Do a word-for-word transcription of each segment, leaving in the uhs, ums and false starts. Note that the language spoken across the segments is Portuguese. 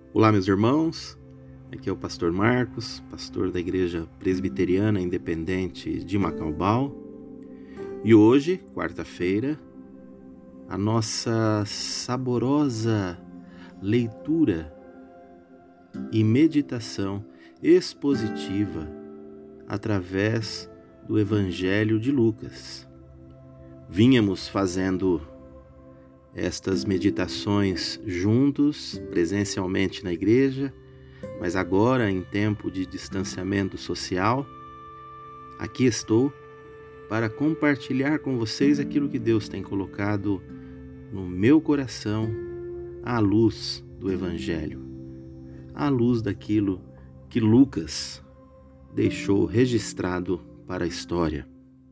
Olá, meus irmãos, aqui é o pastor Marcos, pastor da Igreja Presbiteriana Independente de Macaubal. E hoje, quarta-feira, a nossa saborosa leitura e meditação expositiva através do Evangelho de Lucas. Vínhamos fazendo estas meditações juntos, presencialmente na igreja, mas agora, em tempo de distanciamento social, aqui estou para compartilhar com vocês aquilo que Deus tem colocado no meu coração à luz do Evangelho, à luz daquilo que Lucas deixou registrado para a história.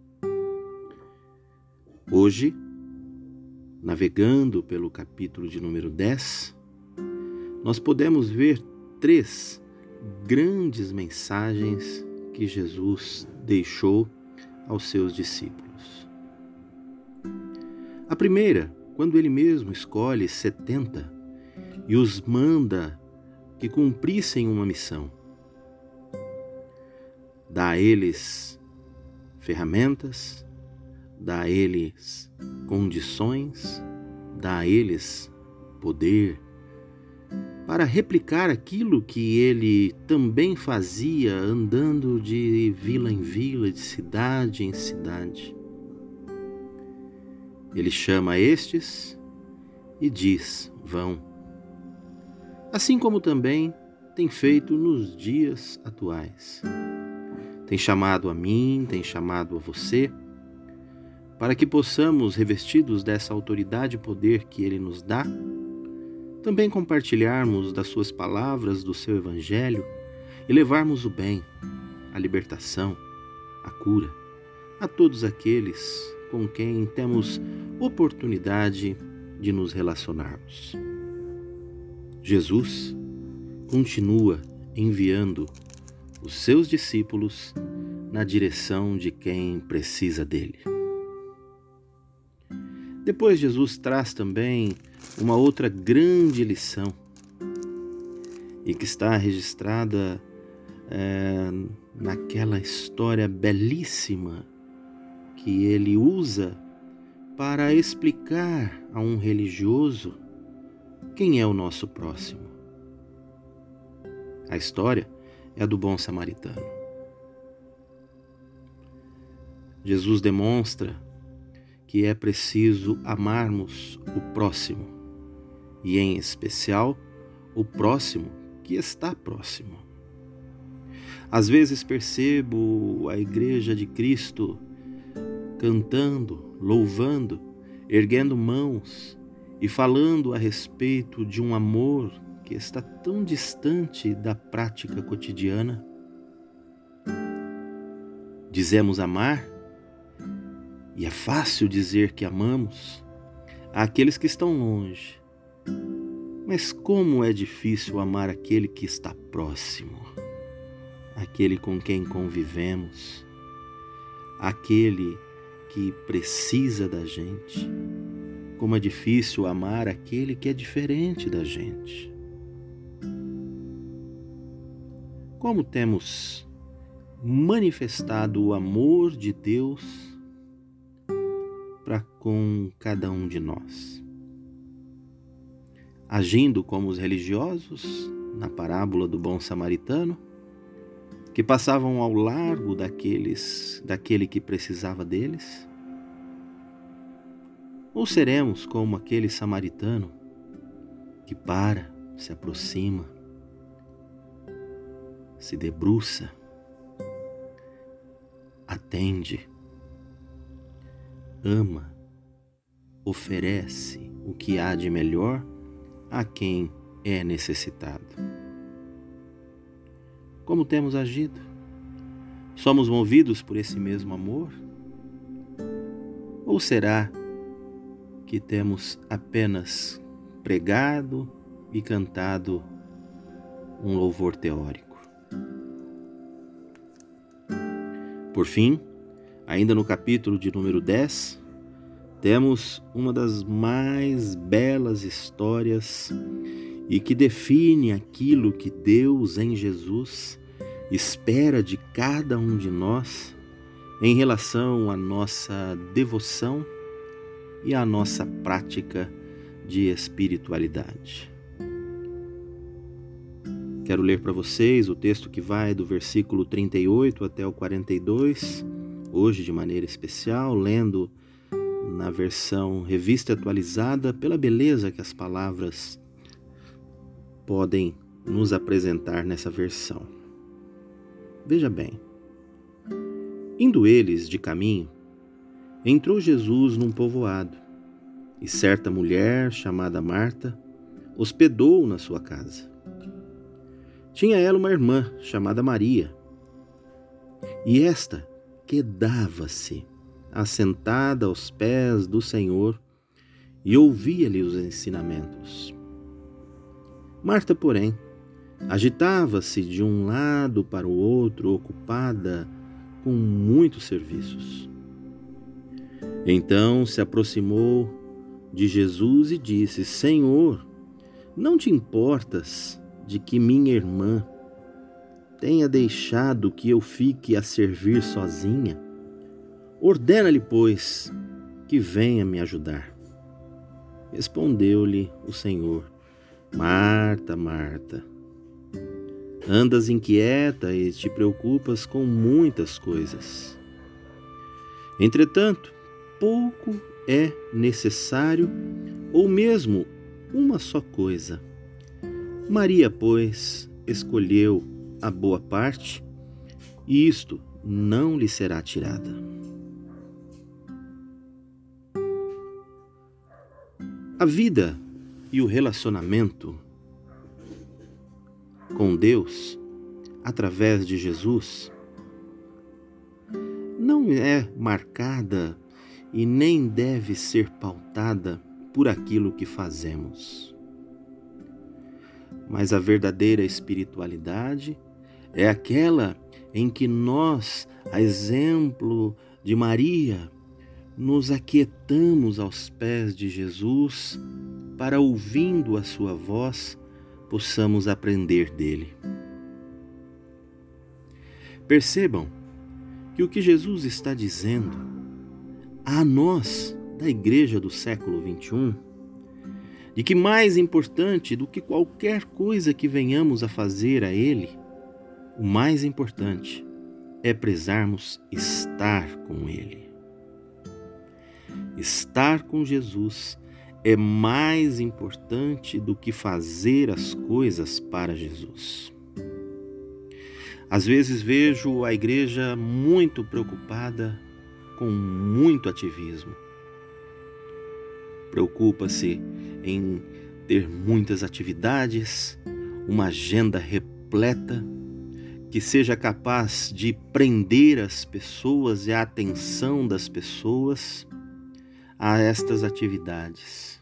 Hoje, navegando pelo capítulo de número dez, nós podemos ver três grandes mensagens que Jesus deixou aos seus discípulos. A primeira, quando ele mesmo escolhe setenta e os manda que cumprissem uma missão. Dá a eles ferramentas, dá a eles condições, dá a eles poder para replicar aquilo que ele também fazia andando de vila em vila, de cidade em cidade. Ele chama estes e diz: vão. Assim como também tem feito nos dias atuais. Tem chamado a mim, tem chamado a você, para que possamos, revestidos dessa autoridade e poder que Ele nos dá, também compartilharmos das suas palavras, do seu Evangelho e levarmos o bem, a libertação, a cura a todos aqueles com quem temos oportunidade de nos relacionarmos. Jesus continua enviando os seus discípulos na direção de quem precisa dele. Depois Jesus traz também uma outra grande lição e que está registrada é, naquela história belíssima que ele usa para explicar a um religioso quem é o nosso próximo. A história é a do bom samaritano. Jesus demonstra que é preciso amarmos o próximo, e em especial o próximo que está próximo. Às vezes percebo a Igreja de Cristo cantando, louvando, erguendo mãos e falando a respeito de um amor que está tão distante da prática cotidiana. Dizemos amar, e é fácil dizer que amamos àqueles que estão longe. Mas como é difícil amar aquele que está próximo, aquele com quem convivemos, aquele que precisa da gente. Como é difícil amar aquele que é diferente da gente. Como temos manifestado o amor de Deus para com cada um de nós. Agindo como os religiosos na parábola do bom samaritano, que passavam ao largo daqueles, daquele que precisava deles? Ou seremos como aquele samaritano que para, se aproxima, se debruça, atende, ama, oferece o que há de melhor a quem é necessitado. Como temos agido? Somos movidos por esse mesmo amor? Ou será que temos apenas pregado e cantado um louvor teórico? Por fim, ainda no capítulo de número dez, temos uma das mais belas histórias e que define aquilo que Deus em Jesus espera de cada um de nós em relação à nossa devoção e à nossa prática de espiritualidade. Quero ler para vocês o texto que vai do versículo trinta e oito até o quarenta e dois, hoje de maneira especial, lendo na versão revista atualizada, pela beleza que as palavras podem nos apresentar nessa versão. Veja bem, indo eles de caminho, entrou Jesus num povoado, e certa mulher, chamada Marta, hospedou-o na sua casa. Tinha ela uma irmã, chamada Maria, e esta quedava-se, assentada aos pés do Senhor, e ouvia-lhe os ensinamentos. Marta, porém, agitava-se de um lado para o outro, ocupada com muitos serviços. Então se aproximou de Jesus e disse: Senhor, não te importas de que minha irmã tenha deixado que eu fique a servir sozinha? Ordena-lhe, pois, que venha me ajudar. Respondeu-lhe o Senhor: Marta, Marta, andas inquieta e te preocupas com muitas coisas. Entretanto, pouco é necessário, ou mesmo uma só coisa. Maria, pois, escolheu a boa parte, e isto não lhe será tirada. A vida e o relacionamento com Deus, através de Jesus, não é marcada e nem deve ser pautada por aquilo que fazemos. Mas a verdadeira espiritualidade é aquela em que nós, a exemplo de Maria, nos aquietamos aos pés de Jesus para, ouvindo a sua voz, possamos aprender dele. Percebam que o que Jesus está dizendo a nós, da igreja do século vinte e um, de que mais importante do que qualquer coisa que venhamos a fazer a ele, o mais importante é prezarmos estar com ele. Estar com Jesus é mais importante do que fazer as coisas para Jesus. Às vezes vejo a igreja muito preocupada com muito ativismo. Preocupa-se em ter muitas atividades, uma agenda repleta, que seja capaz de prender as pessoas e a atenção das pessoas a estas atividades.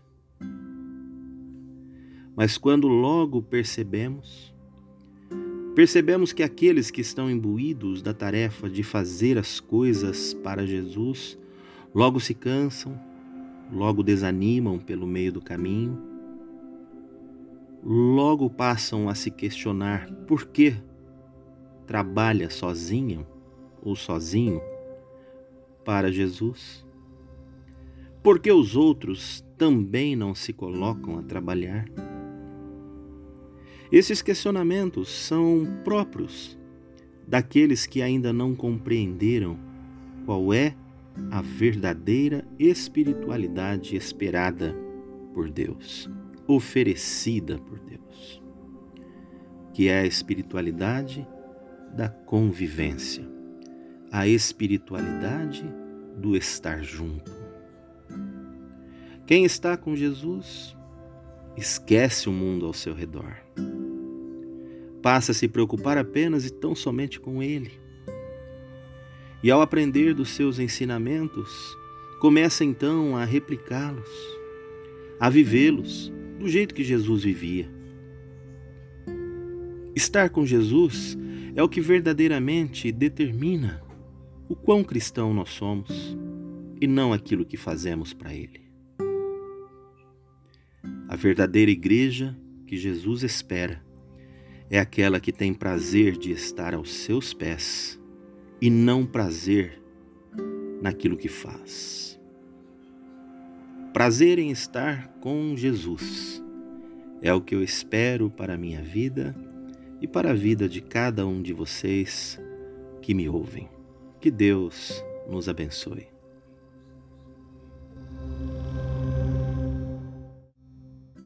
Mas quando logo percebemos, percebemos que aqueles que estão imbuídos da tarefa de fazer as coisas para Jesus, logo se cansam, logo desanimam pelo meio do caminho, logo passam a se questionar por que trabalha sozinha ou sozinho para Jesus. Por que os outros também não se colocam a trabalhar? Esses questionamentos são próprios daqueles que ainda não compreenderam qual é a verdadeira espiritualidade esperada por Deus, oferecida por Deus, que é a espiritualidade da convivência, a espiritualidade do estar junto. Quem está com Jesus esquece o mundo ao seu redor. Passa a se preocupar apenas e tão somente com Ele. E ao aprender dos seus ensinamentos, começa então a replicá-los, a vivê-los do jeito que Jesus vivia. Estar com Jesus é o que verdadeiramente determina o quão cristão nós somos e não aquilo que fazemos para Ele. A verdadeira igreja que que Jesus espera é aquela que tem prazer de estar aos seus pés e não prazer naquilo que faz. Prazer em estar com Jesus é o que eu espero para a minha vida e para a vida de cada um de vocês que me ouvem. Que Deus nos abençoe.